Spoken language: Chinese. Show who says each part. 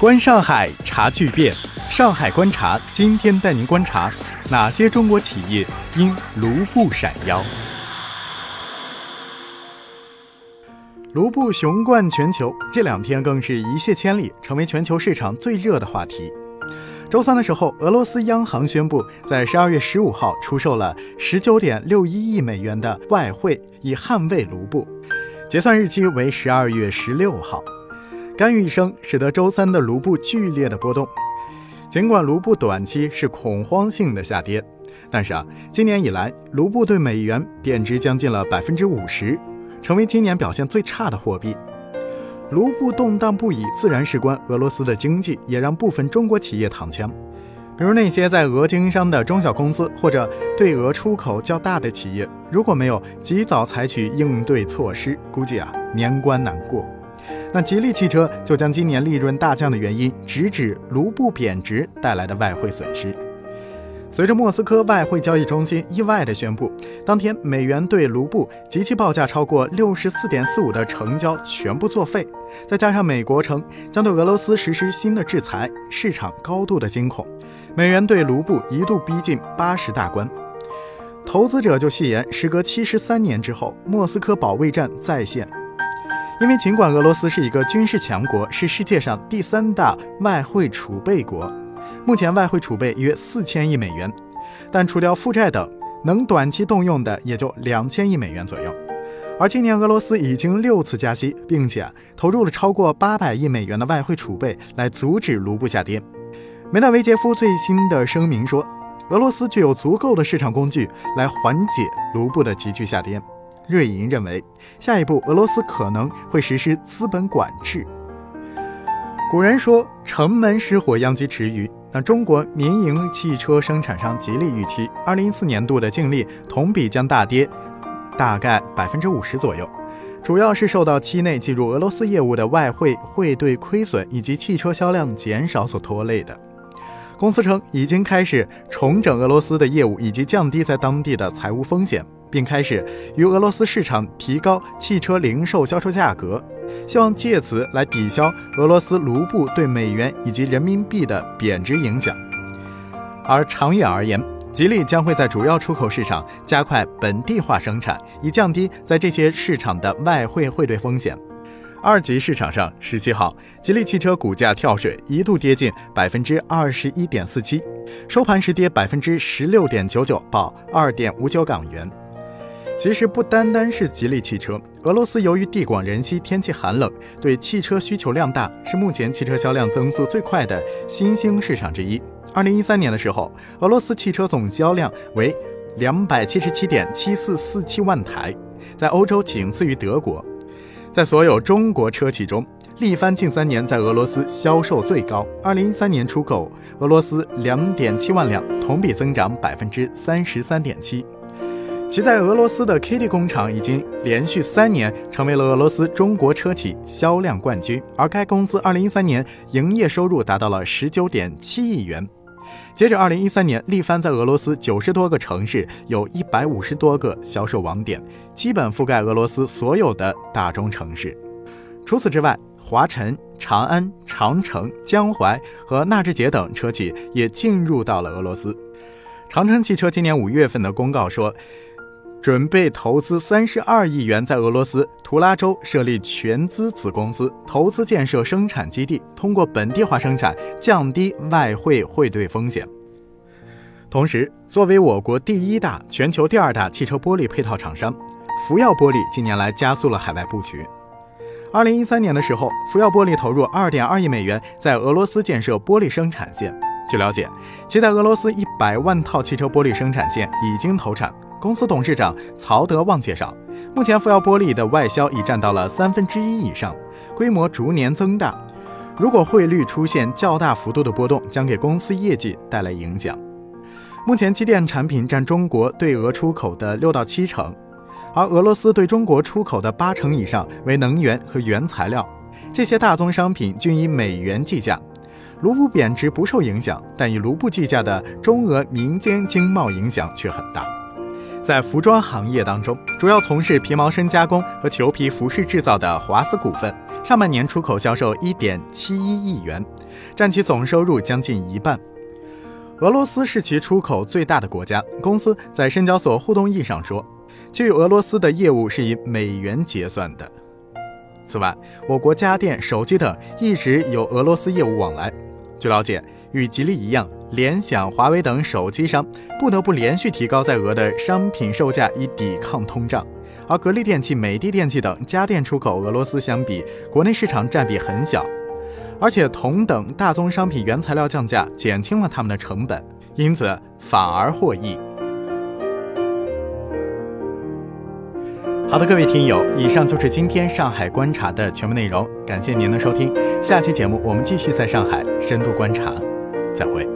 Speaker 1: 观上海，查巨变。上海观察今天带您观察哪些中国企业因卢布闪耀。卢布雄冠全球，这两天更是一泻千里，成为全球市场最热的话题。周三的时候，俄罗斯央行宣布，在12月15号出售了19.61亿美元的外汇，以捍卫卢布。结算日期为12月16号。干预一声，使得周三的卢布剧烈的波动。尽管卢布短期是恐慌性的下跌，但是今年以来，卢布对美元贬值将近了50%，成为今年表现最差的货币。卢布动荡不已，自然事关俄罗斯的经济，也让部分中国企业躺枪。比如那些在俄经商的中小公司，或者对俄出口较大的企业，如果没有及早采取应对措施，估计年关难过。那吉利汽车就将今年利润大降的原因直指卢布贬值带来的外汇损失。随着莫斯科外汇交易中心意外地宣布，当天美元对卢布及其报价超过 64.45 的成交全部作废，再加上美国称将对俄罗斯实施新的制裁，市场高度的惊恐，美元对卢布一度逼近80大关。投资者就戏言，时隔73年之后，莫斯科保卫战再现。因为尽管俄罗斯是一个军事强国，是世界上第3大外汇储备国，目前外汇储备约4000亿美元，但除掉负债等，能短期动用的也就2000亿美元左右。而今年俄罗斯已经6次加息，并且投入了超过800亿美元的外汇储备来阻止卢布下跌。梅德韦杰夫最新的声明说，俄罗斯具有足够的市场工具来缓解卢布的急剧下跌。瑞银认为，下一步俄罗斯可能会实施资本管制。古人说城门失火殃及池鱼，那中国民营汽车生产商吉利预期2014年度的净利同比将大跌大概50%左右，主要是受到期内计入俄罗斯业务的外汇汇兑亏损以及汽车销量减少所拖累的。公司称已经开始重整俄罗斯的业务以及降低在当地的财务风险，并开始于俄罗斯市场提高汽车零售销售价格，希望借此来抵消俄罗斯卢布对美元以及人民币的贬值影响。而长远而言，吉利将会在主要出口市场加快本地化生产，以降低在这些市场的外汇汇兑风险。二级市场上17号，吉利汽车股价跳水，一度跌近 21.47%， 收盘时跌 16.99%， 报 2.59港元。其实不单单是吉利汽车，俄罗斯由于地广人稀，天气寒冷，对汽车需求量大，是目前汽车销量增速最快的新兴市场之一。2013年的时候，俄罗斯汽车总销量为 277.7447 万台，在欧洲仅次于德国。在所有中国车企中，力帆近3年在俄罗斯销售最高，2013年出口俄罗斯 2.7 万辆，同比增长 33.7%。其在俄罗斯的 KT 工厂已经连续3年成为了俄罗斯中国车企销量冠军，而该公司2013年营业收入达到了 19.7 亿元。截止2013年，力帆在俄罗斯90多个城市有150多个销售网点，基本覆盖俄罗斯所有的大中城市。除此之外，华晨、长安、长城、江淮和纳智捷等车企也进入到了俄罗斯。长城汽车今年5月份的公告说，准备投资32亿元在俄罗斯图拉州设立全资子公司，投资建设生产基地，通过本地化生产降低外汇汇兑风险。同时，作为我国第1大、全球第2大汽车玻璃配套厂商，福耀玻璃近年来加速了海外布局。2013年的时候，福耀玻璃投入 2.2 亿美元在俄罗斯建设玻璃生产线。据了解，其在俄罗斯100万套汽车玻璃生产线已经投产。公司董事长曹德旺介绍，目前福耀玻璃的外销已占到了1/3以上，规模逐年增大。如果汇率出现较大幅度的波动，将给公司业绩带来影响。目前机电产品占中国对俄出口的6到7成，而俄罗斯对中国出口的8成以上为能源和原材料，这些大宗商品均以美元计价。卢布贬值不受影响，但以卢布计价的中俄民间经贸影响却很大。 在服装行业当中，主要从事皮毛深加工和裘皮服饰制造的华斯股份，上半年出口销售1.71亿元，占其总收入将近一半。俄罗斯是其出口最大的国家，公司在深交所互动易上说，其与俄罗斯的业务是以美元结算的。此外，我国家电、手机等一直有俄罗斯业务往来。据了解，与吉利一样，联想、华为等手机商不得不连续提高在俄的商品售价以抵抗通胀，而格力电器、美的电器等家电出口俄罗斯相比，国内市场占比很小，而且同等大宗商品原材料降价减轻了他们的成本，因此反而获益。好的，各位听友，以上就是今天上海观察的全部内容，感谢您的收听。下期节目我们继续在上海深度观察，再会。